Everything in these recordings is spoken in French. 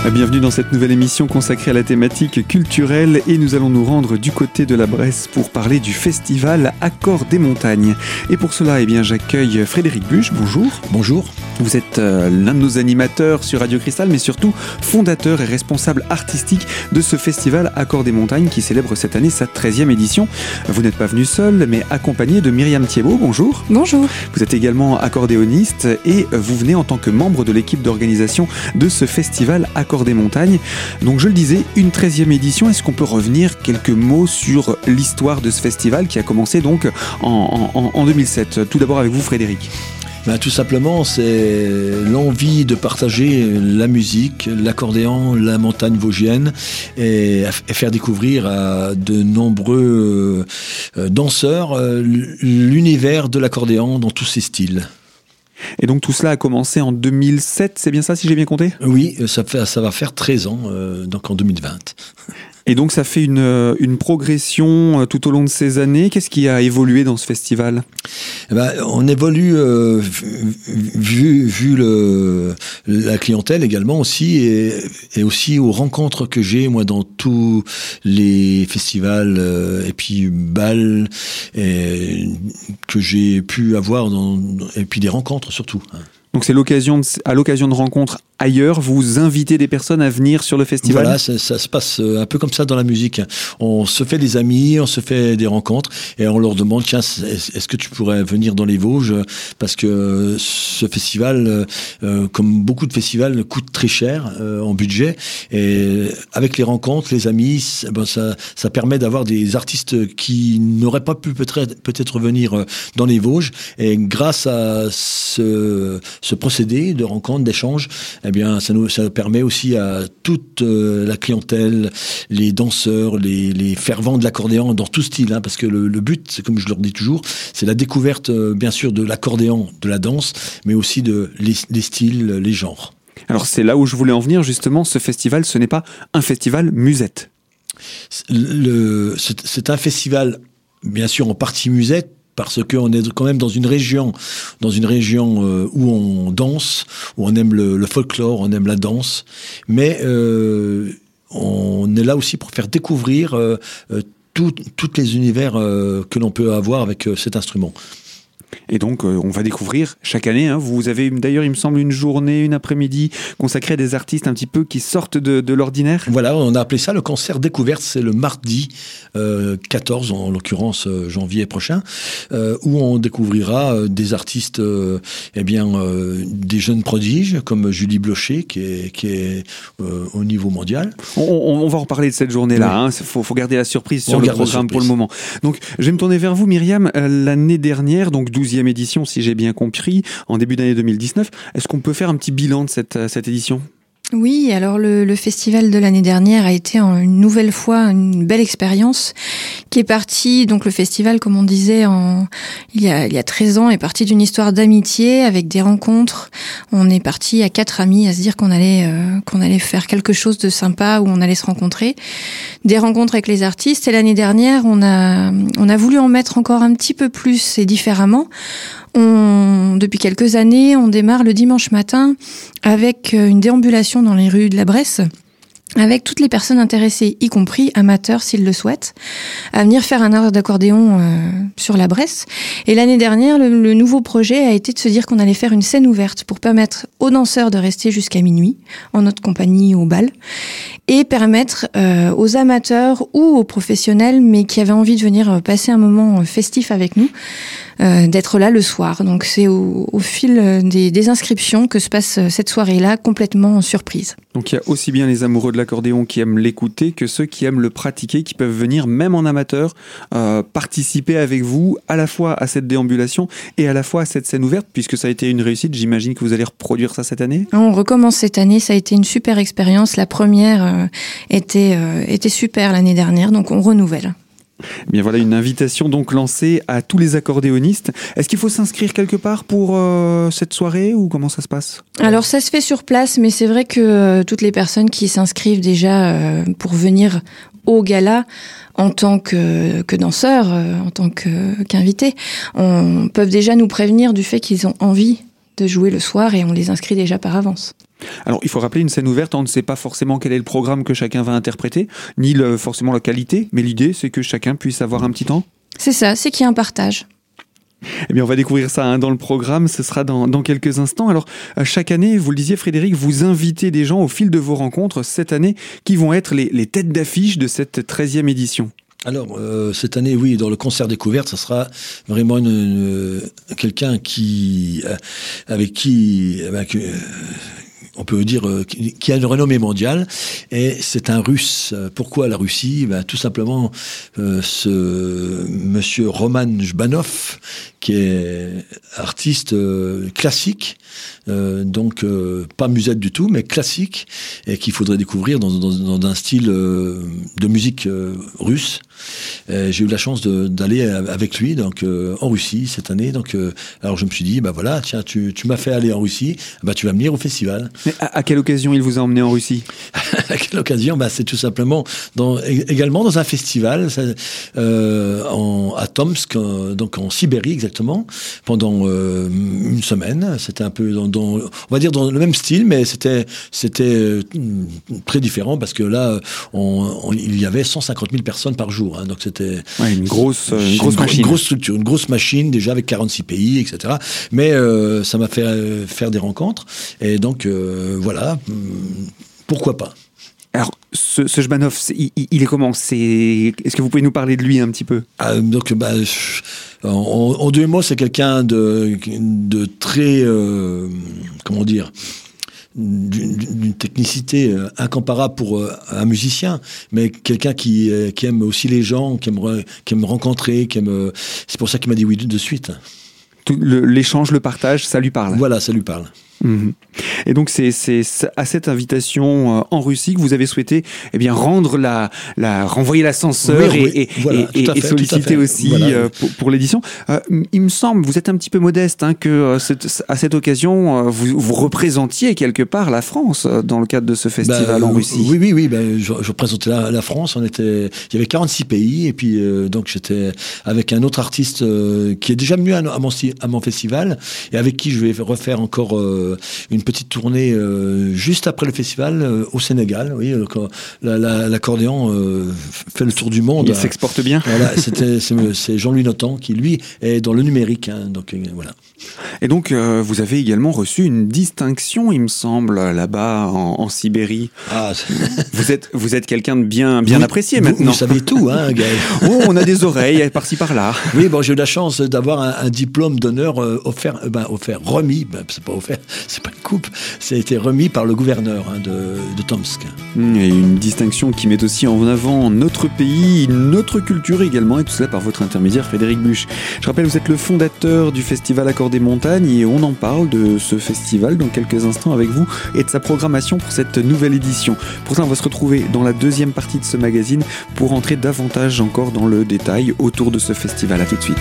Bienvenue dans cette nouvelle émission consacrée à la thématique culturelle et nous allons nous rendre du côté de la Bresse pour parler du festival Accords des Montagnes. Et pour cela, j'accueille Frédéric Buche, bonjour. Bonjour. Vous êtes l'un de nos animateurs sur Radio Cristal, mais surtout fondateur et responsable artistique de ce festival Accords des Montagnes qui célèbre cette année sa 13e édition. Vous n'êtes pas venu seul, mais accompagné de Myriam Thiebaud, bonjour. Bonjour. Vous êtes également accordéoniste et vous venez en tant que membre de l'équipe d'organisation de ce festival Accords des Montagnes. Donc je le disais, une 13e édition. Est-ce qu'on peut revenir quelques mots sur l'histoire de ce festival qui a commencé donc en 2007 ? Tout d'abord avec vous, Frédéric. Tout simplement, c'est l'envie de partager la musique, l'accordéon, la montagne vosgienne et faire découvrir à de nombreux danseurs l'univers de l'accordéon dans tous ses styles. Et donc tout cela a commencé en 2007, c'est bien ça si j'ai bien compté ? Oui, ça va faire 13 ans, donc en 2020. Et donc ça fait une progression tout au long de ces années. Qu'est-ce qui a évolué dans ce festival ? On évolue vu la clientèle également aussi et aussi aux rencontres que j'ai moi dans tous les festivals et puis bals que j'ai pu avoir et puis des rencontres surtout. Donc c'est à l'occasion de rencontres ailleurs, vous invitez des personnes à venir sur le festival ? Voilà, ça se passe un peu comme ça dans la musique. On se fait des amis, on se fait des rencontres et on leur demande, tiens, est-ce que tu pourrais venir dans les Vosges ? Parce que ce festival, comme beaucoup de festivals, coûte très cher en budget. Et avec les rencontres, les amis, ça permet d'avoir des artistes qui n'auraient pas pu peut-être venir dans les Vosges. Et grâce à ce procédé de rencontre, d'échange, ça permet aussi à toute la clientèle, les danseurs, les fervents de l'accordéon dans tout style, parce que le but, c'est comme je leur dis toujours, c'est la découverte, bien sûr, de l'accordéon, de la danse, mais aussi de les styles, les genres. Alors c'est là où je voulais en venir, justement, ce festival, ce n'est pas un festival musette. C'est un festival, bien sûr, en partie musette, parce qu'on est quand même dans une région où on danse, où on aime le folklore, on aime la danse, mais on est là aussi pour faire découvrir tous les univers que l'on peut avoir avec cet instrument. Et donc, on va découvrir chaque année. Vous avez d'ailleurs, il me semble, une journée, une après-midi consacrée à des artistes un petit peu qui sortent de l'ordinaire. Voilà, on a appelé ça le concert découverte. C'est le mardi 14, en l'occurrence janvier prochain, où on découvrira des artistes, des jeunes prodiges comme Julie Blocher, qui est au niveau mondial. On va en reparler de cette journée-là. Il faut garder la surprise sur le programme pour le moment. Donc, je vais me tourner vers vous, Myriam. L'année dernière, donc 12e édition, si j'ai bien compris, en début d'année 2019. Est-ce qu'on peut faire un petit bilan de cette édition ? Oui, alors le festival de l'année dernière a été une nouvelle fois une belle expérience qui est partie, donc le festival, comme on disait, il y a 13 ans, est parti d'une histoire d'amitié avec des rencontres. On est parti à 4 amis à se dire qu'on allait faire quelque chose de sympa, où on allait se rencontrer. Des rencontres avec les artistes. Et l'année dernière, on a voulu en mettre encore un petit peu plus et différemment. Depuis quelques années, on démarre le dimanche matin avec une déambulation dans les rues de la Bresse, avec toutes les personnes intéressées, y compris amateurs s'ils le souhaitent, à venir faire un art d'accordéon sur la Bresse. Et l'année dernière, le nouveau projet a été de se dire qu'on allait faire une scène ouverte pour permettre aux danseurs de rester jusqu'à minuit, en notre compagnie au bal, et permettre aux amateurs ou aux professionnels, mais qui avaient envie de venir passer un moment festif avec nous, d'être là le soir. Donc c'est au fil des inscriptions que se passe cette soirée-là, complètement en surprise. Donc il y a aussi bien les amoureux de l'accordéon qui aiment l'écouter que ceux qui aiment le pratiquer, qui peuvent venir même en amateur participer avec vous à la fois à cette déambulation et à la fois à cette scène ouverte, puisque ça a été une réussite. J'imagine que vous allez reproduire ça cette année. On recommence cette année, ça a été une super expérience. La première était super l'année dernière, donc on renouvelle. Bien voilà une invitation donc lancée à tous les accordéonistes. Est-ce qu'il faut s'inscrire quelque part pour cette soirée ou comment ça se passe ? Alors ça se fait sur place, mais c'est vrai que toutes les personnes qui s'inscrivent déjà pour venir au gala en tant que danseurs, en tant qu'invités, peuvent déjà nous prévenir du fait qu'ils ont envie de jouer le soir et on les inscrit déjà par avance. Alors, il faut rappeler une scène ouverte, on ne sait pas forcément quel est le programme que chacun va interpréter, ni forcément la qualité, mais l'idée, c'est que chacun puisse avoir un petit temps. C'est ça, c'est qu'il y a un partage. Eh bien, on va découvrir ça dans le programme, ce sera dans quelques instants. Alors, chaque année, vous le disiez Frédéric, vous invitez des gens au fil de vos rencontres cette année qui vont être les têtes d'affiche de cette 13e édition. Alors, cette année, oui, dans le concert découverte, ça sera vraiment quelqu'un avec qui on peut dire qui a une renommée mondiale, et c'est un Russe. Pourquoi la Russie ? Tout simplement ce monsieur Roman Jbanov, qui est artiste classique, donc pas musette du tout, mais classique, et qu'il faudrait découvrir dans un style de musique russe. J'ai eu la chance d'aller avec lui donc en Russie cette année. Donc alors je me suis dit voilà, tiens, tu m'as fait aller en Russie, tu vas venir au festival. Mais à quelle occasion il vous a emmené en Russie ? À quelle occasion ? C'est tout simplement également dans un festival à Tomsk, donc en Sibérie exactement, pendant une semaine. C'était un peu on va dire dans le même style, mais c'était très différent parce que là il y avait 150 000 personnes par jour. Donc c'était une grosse machine. Une grosse structure, une grosse machine déjà avec 46 pays, etc. Mais ça m'a fait faire des rencontres. Et donc voilà, pourquoi pas. Alors, ce Jbanov, il est comment ? Est-ce que vous pouvez nous parler de lui un petit peu ? Donc, en deux mots, c'est quelqu'un de très, comment dire, d'une technicité incomparable pour un musicien, mais quelqu'un qui aime aussi les gens, qui aime rencontrer, c'est pour ça qu'il m'a dit oui de suite. L'échange, le partage, ça lui parle. Voilà, ça lui parle. Et donc c'est à cette invitation en Russie que vous avez souhaité renvoyer l'ascenseur et solliciter aussi pour l'édition. Il me semble, vous êtes un petit peu modeste, que à cette occasion vous représentiez quelque part la France dans le cadre de ce festival en Russie. Oui, je représentais la France. Il y avait 46 pays et puis donc j'étais avec un autre artiste qui est déjà venu à mon festival et avec qui je vais refaire encore une petite tournée juste après le festival au Sénégal. Oui, l'accordéon fait le tour du monde. Il s'exporte bien. Voilà, c'est Jean-Louis Notan qui, lui, est dans le numérique. Donc voilà. Et donc, vous avez également reçu une distinction, il me semble, là-bas en Sibérie. Vous êtes quelqu'un de bien apprécié maintenant. Vous savez tout, Gaël. On a des oreilles par-ci par-là. Oui, j'ai eu la chance d'avoir un diplôme d'honneur remis. C'est pas offert, c'est pas une coupe. Ça a été remis par le gouverneur de Tomsk. Et une distinction qui met aussi en avant notre pays, notre culture également, et tout cela par votre intermédiaire, Frédéric Buch. Je rappelle, vous êtes le fondateur du festival Accord des Montagnes et on en parle de ce festival dans quelques instants avec vous et de sa programmation pour cette nouvelle édition. Pour ça, on va se retrouver dans la deuxième partie de ce magazine pour entrer davantage encore dans le détail autour de ce festival. À tout de suite.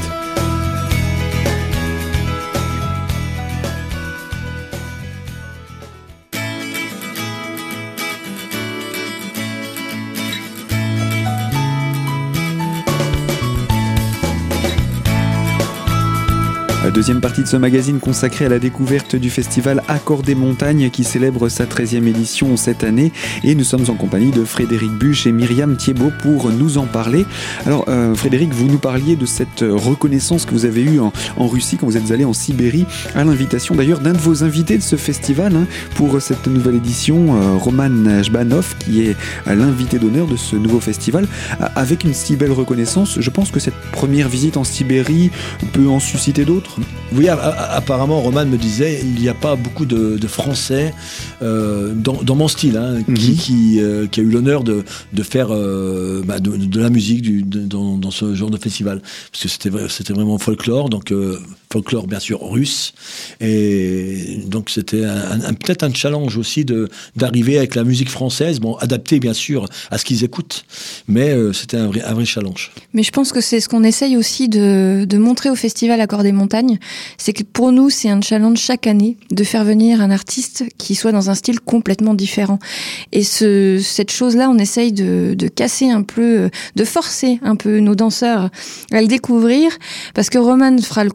Deuxième partie de ce magazine consacré à la découverte du festival Accord des Montagnes qui célèbre sa 13e édition cette année. Et nous sommes en compagnie de Frédéric Buch et Myriam Thiebaud pour nous en parler. Alors Frédéric, vous nous parliez de cette reconnaissance que vous avez eue en Russie quand vous êtes allé en Sibérie, à l'invitation d'ailleurs d'un de vos invités de ce festival pour cette nouvelle édition, Roman Jbanov, qui est l'invité d'honneur de ce nouveau festival. Avec une si belle reconnaissance, je pense que cette première visite en Sibérie peut en susciter d'autres. Oui, apparemment, Roman me disait il n'y a pas beaucoup de Français dans mon style qui a eu l'honneur de faire de la musique dans ce genre de festival. Parce que c'était vraiment folklore, donc folklore bien sûr russe. Et donc c'était peut-être un challenge aussi d'arriver avec la musique française, adaptée bien sûr à ce qu'ils écoutent, mais c'était un vrai challenge. Mais je pense que c'est ce qu'on essaye aussi de montrer au festival Accord des Montagnes, c'est que pour nous, c'est un challenge chaque année de faire venir un artiste qui soit dans un style complètement différent. Et cette chose-là, on essaye de casser un peu, de forcer un peu nos danseurs à le découvrir, parce que Roman fera le concert donc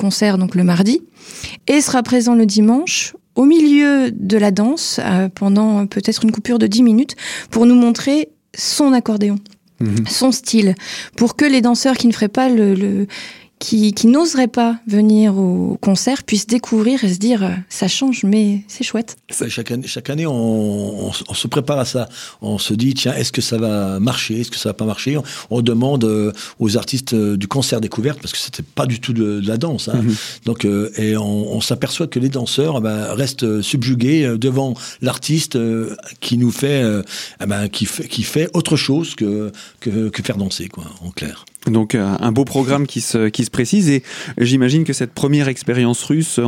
donc le mardi, et sera présent le dimanche au milieu de la danse, pendant peut-être une coupure de 10 minutes, pour nous montrer son accordéon, son style, pour que les danseurs qui ne feraient pas qui n'oseraient pas venir au concert puissent découvrir et se dire ça change mais c'est chouette. Chaque année on se prépare à ça. On se dit tiens, est-ce que ça va marcher, est-ce que ça va pas marcher. On demande aux artistes du concert découverte, parce que c'était pas du tout de la danse, hein. Donc et on s'aperçoit que les danseurs restent subjugués devant l'artiste qui nous fait qui fait autre chose que faire danser, quoi, en clair. Donc un beau programme qui se précise, et j'imagine que cette première expérience russe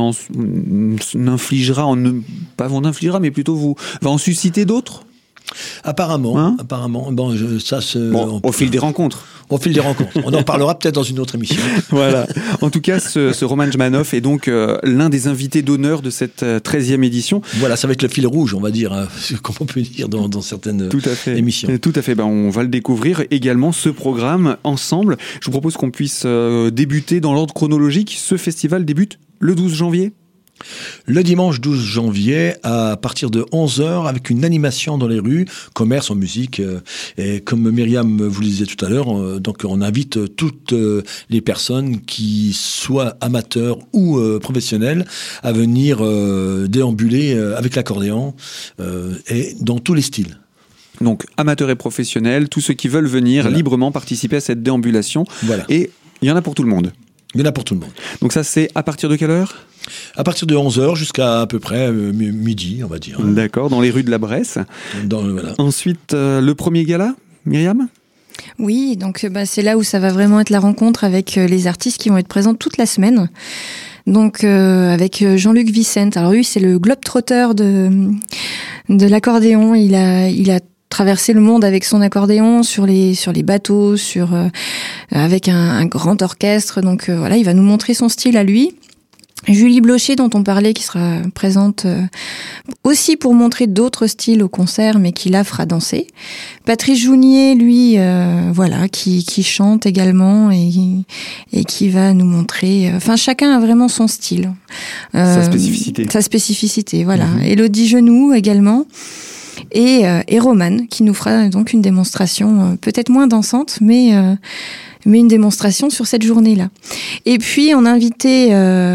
mais plutôt va en susciter d'autres. Apparemment. Bon, au fil des rencontres. Au fil des rencontres. On en parlera peut-être dans une autre émission. Voilà. En tout cas, ce Roman Jmanov est donc l'un des invités d'honneur de cette 13e édition. Voilà, ça va être le fil rouge, on va dire, hein, comme on peut dire dans certaines émissions. Tout à fait. On va le découvrir également, ce programme, ensemble. Je vous propose qu'on puisse débuter dans l'ordre chronologique. Ce festival débute le 12 janvier. Le dimanche 12 janvier, à partir de 11h, avec une animation dans les rues, commerce en musique. Et comme Myriam vous le disait tout à l'heure, donc on invite toutes les personnes qui soient amateurs ou professionnels à venir déambuler avec l'accordéon et dans tous les styles. Donc amateurs et professionnels, tous ceux qui veulent venir librement participer à cette déambulation. Voilà. Et il y en a pour tout le monde. Il y en a pour tout le monde. Donc ça, c'est à partir de quelle heure ? À partir de 11h jusqu'à à peu près midi, on va dire. D'accord, dans les rues de la Bresse. Voilà. Ensuite, le premier gala, Myriam ? Oui, donc c'est là où ça va vraiment être la rencontre avec les artistes qui vont être présents toute la semaine. Donc avec Jean-Luc Vicente. Alors lui, c'est le globe-trotter de l'accordéon. Il a traverser le monde avec son accordéon sur les bateaux, avec un grand orchestre. Donc voilà, il va nous montrer son style à lui. Julie Blocher, dont on parlait, qui sera présente aussi pour montrer d'autres styles au concert, mais qui là fera danser. Patrice Jounier, lui, qui chante également et qui va nous montrer. Enfin, chacun a vraiment son style. Sa spécificité. Sa spécificité, voilà. Élodie Genoux également. Et Roman, qui nous fera donc une démonstration peut-être moins dansante, mais une démonstration sur cette journée-là. Et puis en invité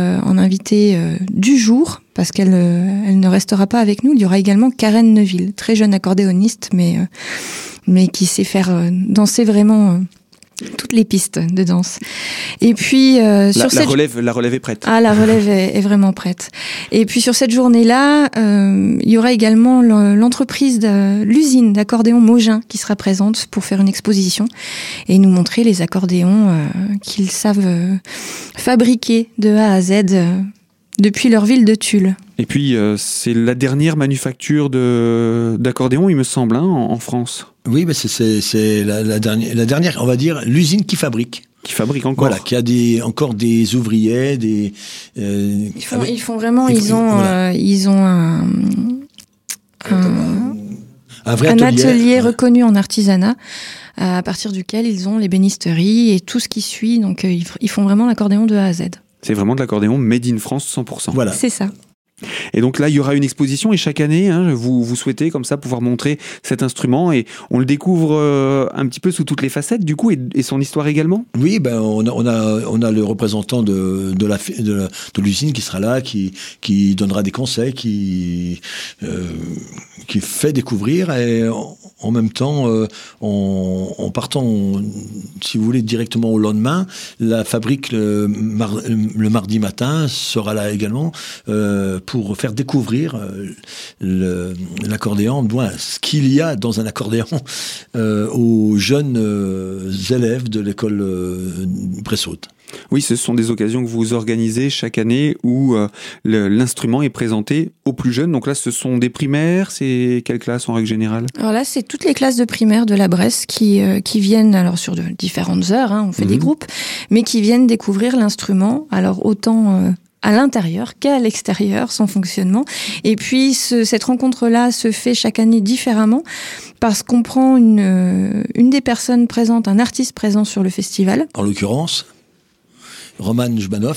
du jour, parce qu'elle ne restera pas avec nous, il y aura également Karen Neuville, très jeune accordéoniste, mais qui sait faire danser vraiment toutes les pistes de danse. Et puis la relève est prête. Ah, la relève est vraiment prête. Et puis sur cette journée-là, il y aura également l'entreprise l'usine d'accordéon Mogin qui sera présente pour faire une exposition et nous montrer les accordéons qu'ils savent fabriquer de A à Z depuis leur ville de Tulle. Et puis c'est la dernière manufacture d'accordéon, il me semble, en France. Oui, mais c'est la dernière, on va dire, l'usine qui fabrique. Qui fabrique encore. Voilà, qui a encore des ouvriers, ils font vraiment, ils ont un vrai atelier reconnu en artisanat, à partir duquel ils ont l'ébénisterie et tout ce qui suit. Donc ils font vraiment l'accordéon de A à Z. C'est vraiment de l'accordéon made in France 100%. Voilà. C'est ça. Et donc là, il y aura une exposition et chaque année, vous souhaitez comme ça pouvoir montrer cet instrument et on le découvre un petit peu sous toutes les facettes du coup et son histoire également. Oui, on a le représentant de l'usine qui sera là, qui donnera des conseils, qui fait découvrir et en même temps, en partant, si vous voulez, directement au lendemain, la fabrique le mardi matin sera là également pour faire découvrir l'accordéon, ce qu'il y a dans un accordéon aux jeunes élèves de l'école Bressaute. Oui, ce sont des occasions que vous organisez chaque année où l'instrument est présenté aux plus jeunes. Donc là, ce sont des primaires, c'est quelle classe en règle générale ? Alors là, c'est toutes les classes de primaire de la Bresse qui viennent, alors sur de différentes heures, on fait des groupes, mais qui viennent découvrir l'instrument. Alors autant à l'intérieur qu'à l'extérieur, son fonctionnement. Et puis cette rencontre-là se fait chaque année différemment parce qu'on prend une des personnes présentes, un artiste présent sur le festival. En l'occurrence, Roman Jmanov.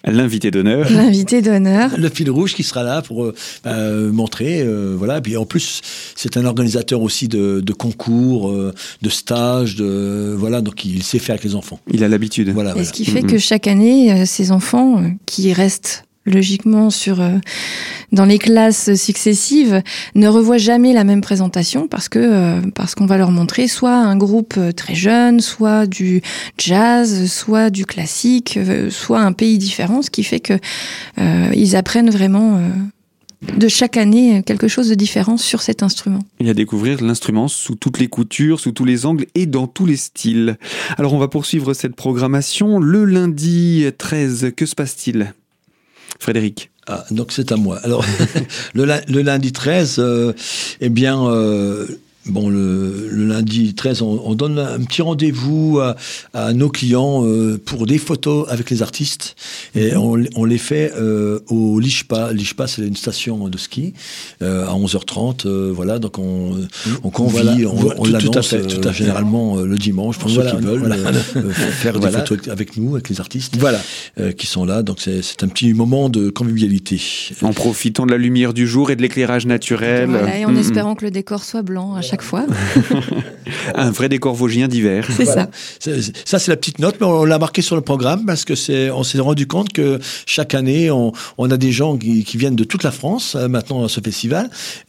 L'invité d'honneur. L'invité d'honneur. Le fil rouge qui sera là pour montrer, voilà. Puis en plus, c'est un organisateur aussi de concours, de stages, voilà. Donc il sait faire avec les enfants. Il a l'habitude. Voilà. Et ce qui fait que chaque année, ces enfants qui restent logiquement dans les classes successives ne revoient jamais la même présentation parce qu'on va leur montrer soit un groupe très jeune, soit du jazz, soit du classique, soit un pays différent, ce qui fait que ils apprennent vraiment de chaque année quelque chose de différent sur cet instrument. Et à découvrir l'instrument sous toutes les coutures, sous tous les angles et dans tous les styles. Alors on va poursuivre cette programmation. Le lundi 13, que se passe-t-il ? Frédéric. Ah, donc c'est à moi. Alors, le lundi 13, eh bien, bon, le lundi 13, on donne un petit rendez-vous à nos clients pour des photos avec les artistes. Et on les fait au Lichpa. Lichpa, c'est une station de ski à 11h30. Voilà, donc on convie, on l'annonce tout à fait, généralement le dimanche pour ceux qui veulent faire des photos avec nous, avec les artistes. Voilà, qui sont là. Donc c'est un petit moment de convivialité. En profitant de la lumière du jour et de l'éclairage naturel. Voilà, et en espérant que le décor soit blanc à chaque fois. Un vrai décor vosgien d'hiver. C'est ça. Ça, c'est la petite note, mais on l'a marqué sur le programme parce que on s'est rendu compte que chaque année, on a des gens qui viennent de toute la France maintenant à ce festival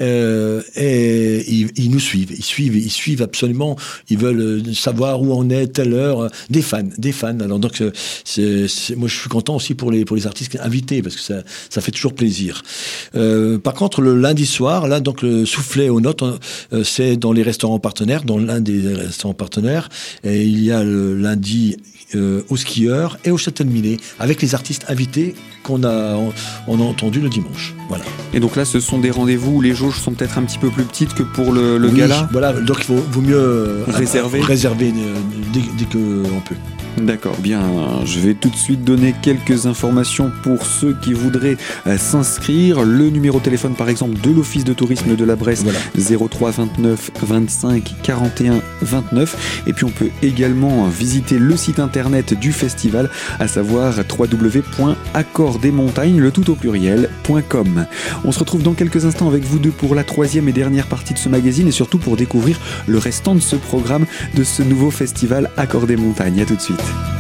et ils nous suivent. Ils suivent absolument. Ils veulent savoir où on est, telle heure. Des fans. Alors donc, moi, je suis content aussi pour les artistes invités parce que ça fait toujours plaisir. Par contre, le lundi soir, là, donc le soufflet aux notes, c'est dans les restaurants partenaires, dans l'un des restaurants partenaires. Et il y a le lundi aux skieurs et au Château de Millet, avec les artistes invités qu'on a entendu le dimanche. Voilà. Et donc là, ce sont des rendez-vous où les jauges sont peut-être un petit peu plus petites que pour le gala. Voilà, donc il vaut mieux réserver dès qu'on peut. D'accord, bien. Je vais tout de suite donner quelques informations pour ceux qui voudraient s'inscrire. Le numéro de téléphone, par exemple, de l'Office de tourisme de la Bresse, voilà. 03 29 25 41 29. Et puis on peut également visiter le site internet du festival, à savoir www.accordesmontagnes, le tout au pluriel.com. On se retrouve dans quelques instants avec vous deux pour la troisième et dernière partie de ce magazine et surtout pour découvrir le restant de ce programme, de ce nouveau festival Accords des Montagnes. À tout de suite.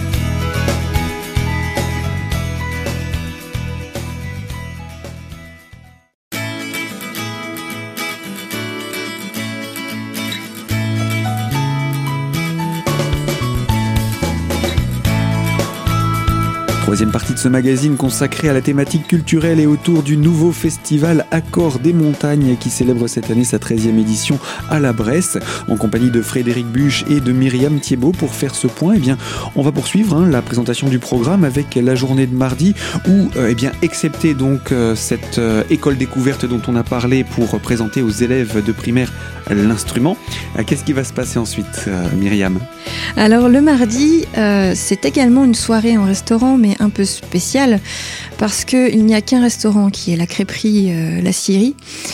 Troisième partie de ce magazine consacrée à la thématique culturelle et autour du nouveau festival Accords des Montagnes qui célèbre cette année sa 13e édition à la Bresse. En compagnie de Frédéric Buche et de Myriam Thiebaud pour faire ce point, eh bien, on va poursuivre la présentation du programme avec la journée de mardi où, excepté donc cette école découverte dont on a parlé pour présenter aux élèves de primaire l'instrument, qu'est-ce qui va se passer ensuite, Myriam ? Alors le mardi, c'est également une soirée en restaurant, mais un peu spéciale, parce qu'il n'y a qu'un restaurant qui est la crêperie La Syrie,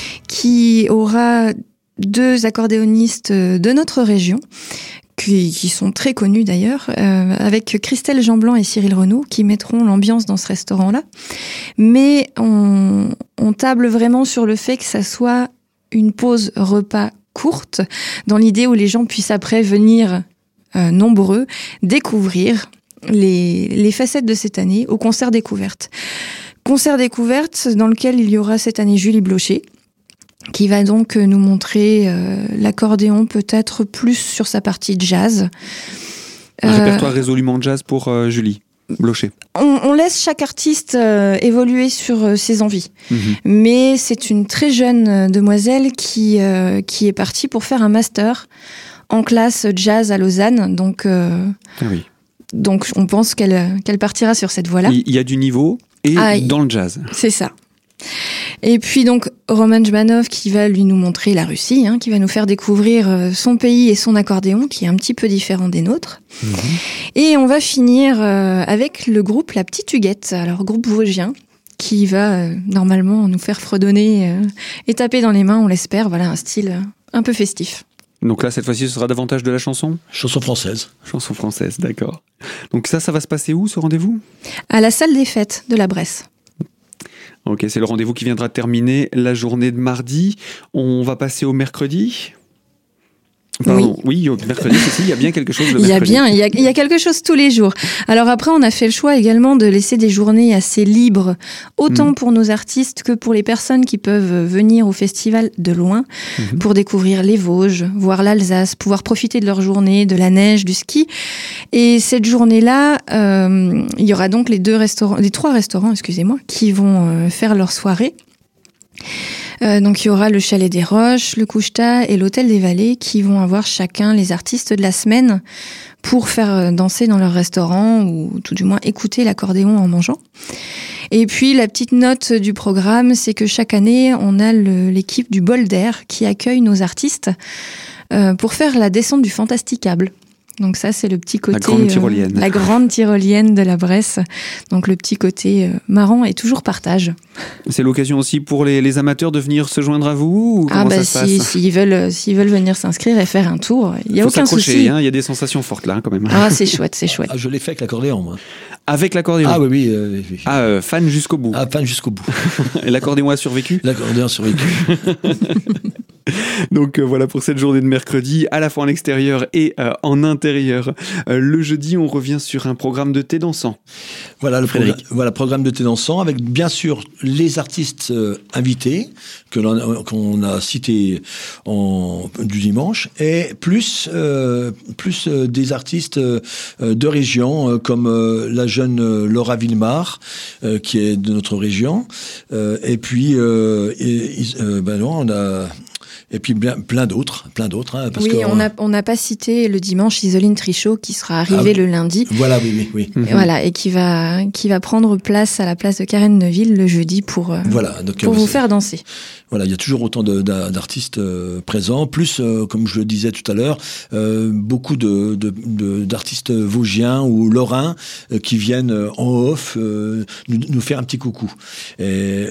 qui aura 2 accordéonistes de notre région, qui sont très connus d'ailleurs, avec Christelle Jeanblanc et Cyril Renaud, qui mettront l'ambiance dans ce restaurant-là. Mais on table vraiment sur le fait que ça soit une pause repas courte, dans l'idée où les gens puissent après venir nombreux découvrir les facettes de cette année au concert découverte. Concert découverte dans lequel il y aura cette année Julie Blocher, qui va donc nous montrer l'accordéon peut-être plus sur sa partie jazz. Un répertoire résolument jazz pour Julie Blocher. On laisse chaque artiste évoluer sur ses envies. Mais c'est une très jeune demoiselle qui est partie pour faire un master en classe jazz à Lausanne. Donc, oui. Donc on pense qu'elle partira sur cette voie-là. Il y a du niveau et dans le jazz. C'est ça. Et puis donc Roman Jbanov qui va nous montrer la Russie, qui va nous faire découvrir son pays et son accordéon qui est un petit peu différent des nôtres. Et on va finir avec le groupe La Petite Huguette, alors groupe vosgien qui va normalement nous faire fredonner et taper dans les mains, on l'espère. Voilà, un style un peu festif. Donc là, cette fois-ci, ce sera davantage de la chanson ? Chanson française. Chanson française, d'accord. Donc ça va se passer où, ce rendez-vous ? À la salle des fêtes de la Bresse. Ok, c'est le rendez-vous qui viendra terminer la journée de mardi. On va passer au mercredi ? Pardon, oui, au mercredi, il y a bien quelque chose le mercredi. Il y a quelque chose tous les jours. Alors après, on a fait le choix également de laisser des journées assez libres, autant pour nos artistes que pour les personnes qui peuvent venir au festival de loin, pour découvrir les Vosges, voir l'Alsace, pouvoir profiter de leur journée, de la neige, du ski. Et cette journée-là, il y aura donc les 3 restaurants, qui vont faire leur soirée. Donc il y aura le Chalet des Roches, le Couche-Tard et l'Hôtel des Vallées qui vont avoir chacun les artistes de la semaine pour faire danser dans leur restaurant ou tout du moins écouter l'accordéon en mangeant. Et puis la petite note du programme, c'est que chaque année, on a l'équipe du Bol d'Air qui accueille nos artistes pour faire la descente du Fantasticable. Donc ça, c'est le petit côté... La grande tyrolienne. La grande tyrolienne de la Bresse. Donc le petit côté marrant et toujours partage. C'est l'occasion aussi pour les amateurs de venir se joindre à vous ou comment ça se passe ? S'ils veulent venir s'inscrire et faire un tour, il n'y a aucun souci. Il y a des sensations fortes là quand même. Ah, c'est chouette, c'est chouette. Ah, je l'ai fait avec l'accordéon, moi. Avec l'accordéon ? Ah oui. Fan jusqu'au bout. Ah, fan jusqu'au bout. Et l'accordéon a survécu ? L'accordéon a survécu. Donc voilà pour cette journée de mercredi, à la fois en extérieur et en intérieur. Le jeudi, on revient sur un programme de thé dansant. Voilà programme de thé dansant avec bien sûr les artistes invités qu'on a cités du dimanche et plus des artistes de région comme la jeune Laura Villemar qui est de notre région et puis on a et puis plein d'autres. Parce on n'a pas cité le dimanche Isoline Trichot qui sera arrivée le lundi. Voilà, oui. Et voilà, et qui va prendre place à la place de Karen Neuville le jeudi pour vous faire danser. Voilà, il y a toujours autant d'artistes présents, plus, comme je le disais tout à l'heure, beaucoup d'artistes vosgiens ou lorrains qui viennent en off nous faire un petit coucou. Et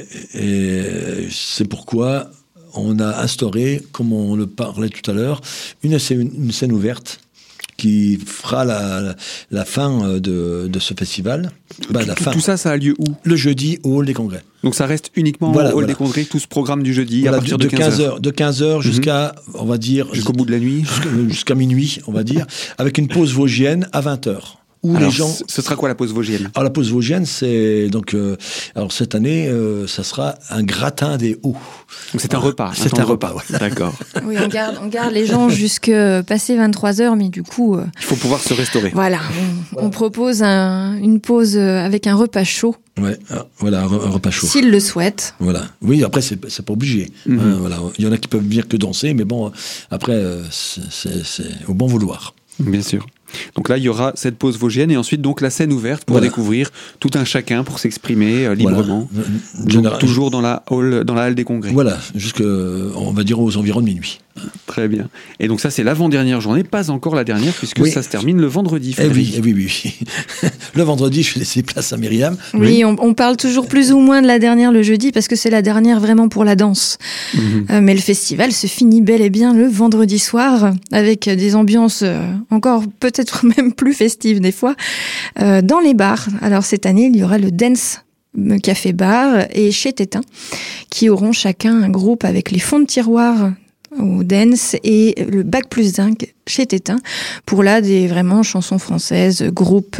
c'est pourquoi on a instauré, comme on le parlait tout à l'heure, une scène ouverte qui fera la fin de ce festival. Tout ça a lieu où ? Le jeudi au Hall des Congrès. Donc ça reste uniquement au Hall des Congrès, tout ce programme du jeudi à partir de 15h. De 15h jusqu'à, on va dire... Jusqu'au bout de la nuit. Jusqu'à minuit, on va dire, avec une pause vosgienne à 20h. Ce sera quoi la pause vosgienne ? Alors la pause vosgienne, c'est donc alors cette année, ça sera un gratin des hauts. Donc c'est un repas. C'est un repas, ouais. D'accord. Oui, on garde les gens jusque passé 23h, mais du coup, il faut pouvoir se restaurer. Voilà, on propose une pause avec un repas chaud. Ouais, voilà, un repas chaud. S'ils le souhaitent. Voilà. Oui, après c'est pas obligé. Voilà, il y en a qui peuvent venir que danser, mais bon, après c'est au bon vouloir. Bien sûr. Donc là, il y aura cette pause vosgienne et ensuite donc la scène ouverte pour découvrir tout un chacun pour s'exprimer librement. Donc, toujours dans la halle des congrès. Voilà, on va dire aux environs de minuit. Très bien. Et donc ça, c'est l'avant-dernière journée, pas encore la dernière, puisque ça se termine le vendredi. Oui. Le vendredi, je vais laisser place à Myriam. Oui, on parle toujours plus ou moins de la dernière le jeudi, parce que c'est la dernière vraiment pour la danse. Mais le festival se finit bel et bien le vendredi soir, avec des ambiances encore peut-être même plus festives des fois, dans les bars. Alors cette année, il y aura le Dance Café Bar et Chez Tétin, qui auront chacun un groupe avec les fonds de tiroir au dance et le bac plus zinc chez Tétin pour là des vraiment chansons françaises, groupe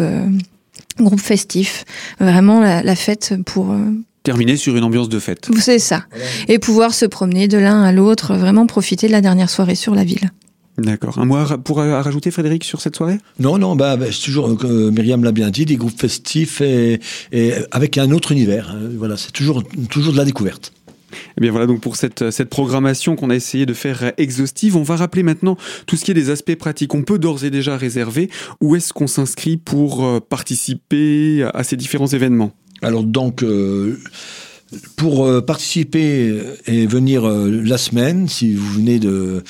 festif, vraiment la fête pour terminer sur une ambiance de fête. C'est ça. Et pouvoir se promener de l'un à l'autre, vraiment profiter de la dernière soirée sur la ville. D'accord. Un mot pour rajouter, Frédéric, sur cette soirée ? Non, c'est toujours, Myriam l'a bien dit, des groupes festifs et avec un autre univers. Voilà, c'est toujours de la découverte. Et bien voilà donc pour cette programmation qu'on a essayé de faire exhaustive. On va rappeler maintenant tout ce qui est des aspects pratiques. On peut d'ores et déjà réserver. Où est-ce qu'on s'inscrit pour participer à ces différents événements ? Alors donc... Pour participer et venir la semaine, si vous venez de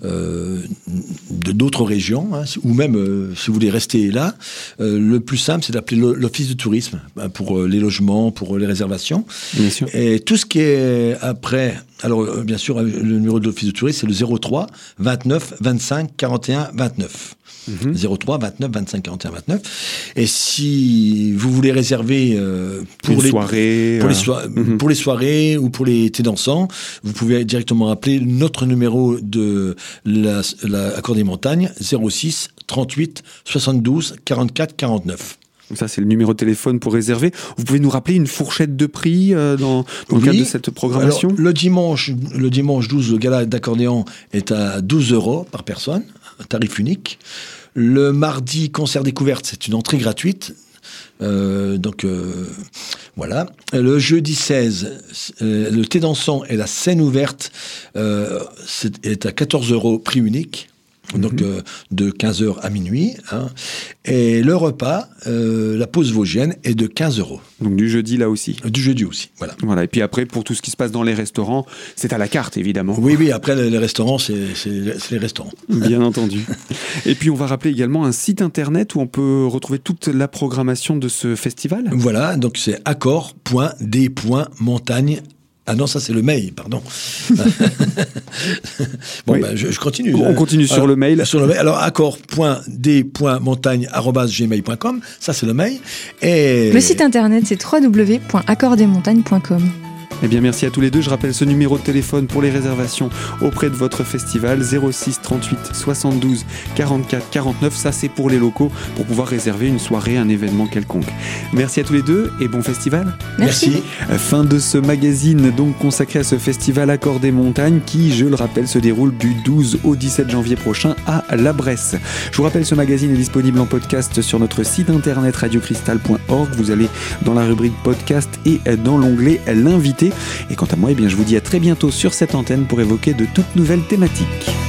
d'autres régions, ou même si vous voulez rester là, le plus simple, c'est d'appeler l'office de tourisme pour les logements, pour les réservations. Bien sûr. Et tout ce qui est après Alors, bien sûr, le numéro de l'Office de tourisme, c'est le 03 29 25 41 29. 03 29 25 41 29. Et si vous voulez réserver pour les soirées ou pour les thés dansants, vous pouvez directement appeler notre numéro de l'Accord des Montagnes, 06 38 72 44 49. Donc ça, c'est le numéro de téléphone pour réserver. Vous pouvez nous rappeler une fourchette de prix dans le cadre de cette programmation ? Alors, le dimanche 12, le gala d'accordéon est à 12 € par personne, tarif unique. Le mardi, concert découverte, c'est une entrée gratuite. Voilà. Le jeudi 16, le thé dansant et la scène ouverte est à 14 €, prix unique. Donc de 15h à minuit. Hein. Et le repas, la pause vosgienne, est de 15 €. Donc du jeudi là aussi. Du jeudi aussi, voilà. Voilà. Et puis après, pour tout ce qui se passe dans les restaurants, c'est à la carte, évidemment. Oui, après les restaurants, c'est les restaurants. Bien entendu. Et puis on va rappeler également un site internet où on peut retrouver toute la programmation de ce festival. Voilà, donc c'est accord.d.montagne. Ah non, ça c'est le mail, pardon. Bon, oui. Je continue. On continue sur le mail. Sur le mail. Alors, accord.d.montagne@gmail.com, ça c'est le mail. Et le site internet c'est www.accorddesmontagnes.com. Eh bien, merci à tous les deux. Je rappelle ce numéro de téléphone pour les réservations auprès de votre festival, 06 38 72 44 49. Ça, c'est pour les locaux, pour pouvoir réserver une soirée, un événement quelconque. Merci à tous les deux et bon festival. Merci. Fin de ce magazine donc consacré à ce festival Accord des Montagnes qui, je le rappelle, se déroule du 12 au 17 janvier prochain à La Bresse. Je vous rappelle, ce magazine est disponible en podcast sur notre site internet radiocristal.org. Vous allez dans la rubrique podcast et dans l'onglet l'invité. Et quant à moi, je vous dis à très bientôt sur cette antenne pour évoquer de toutes nouvelles thématiques.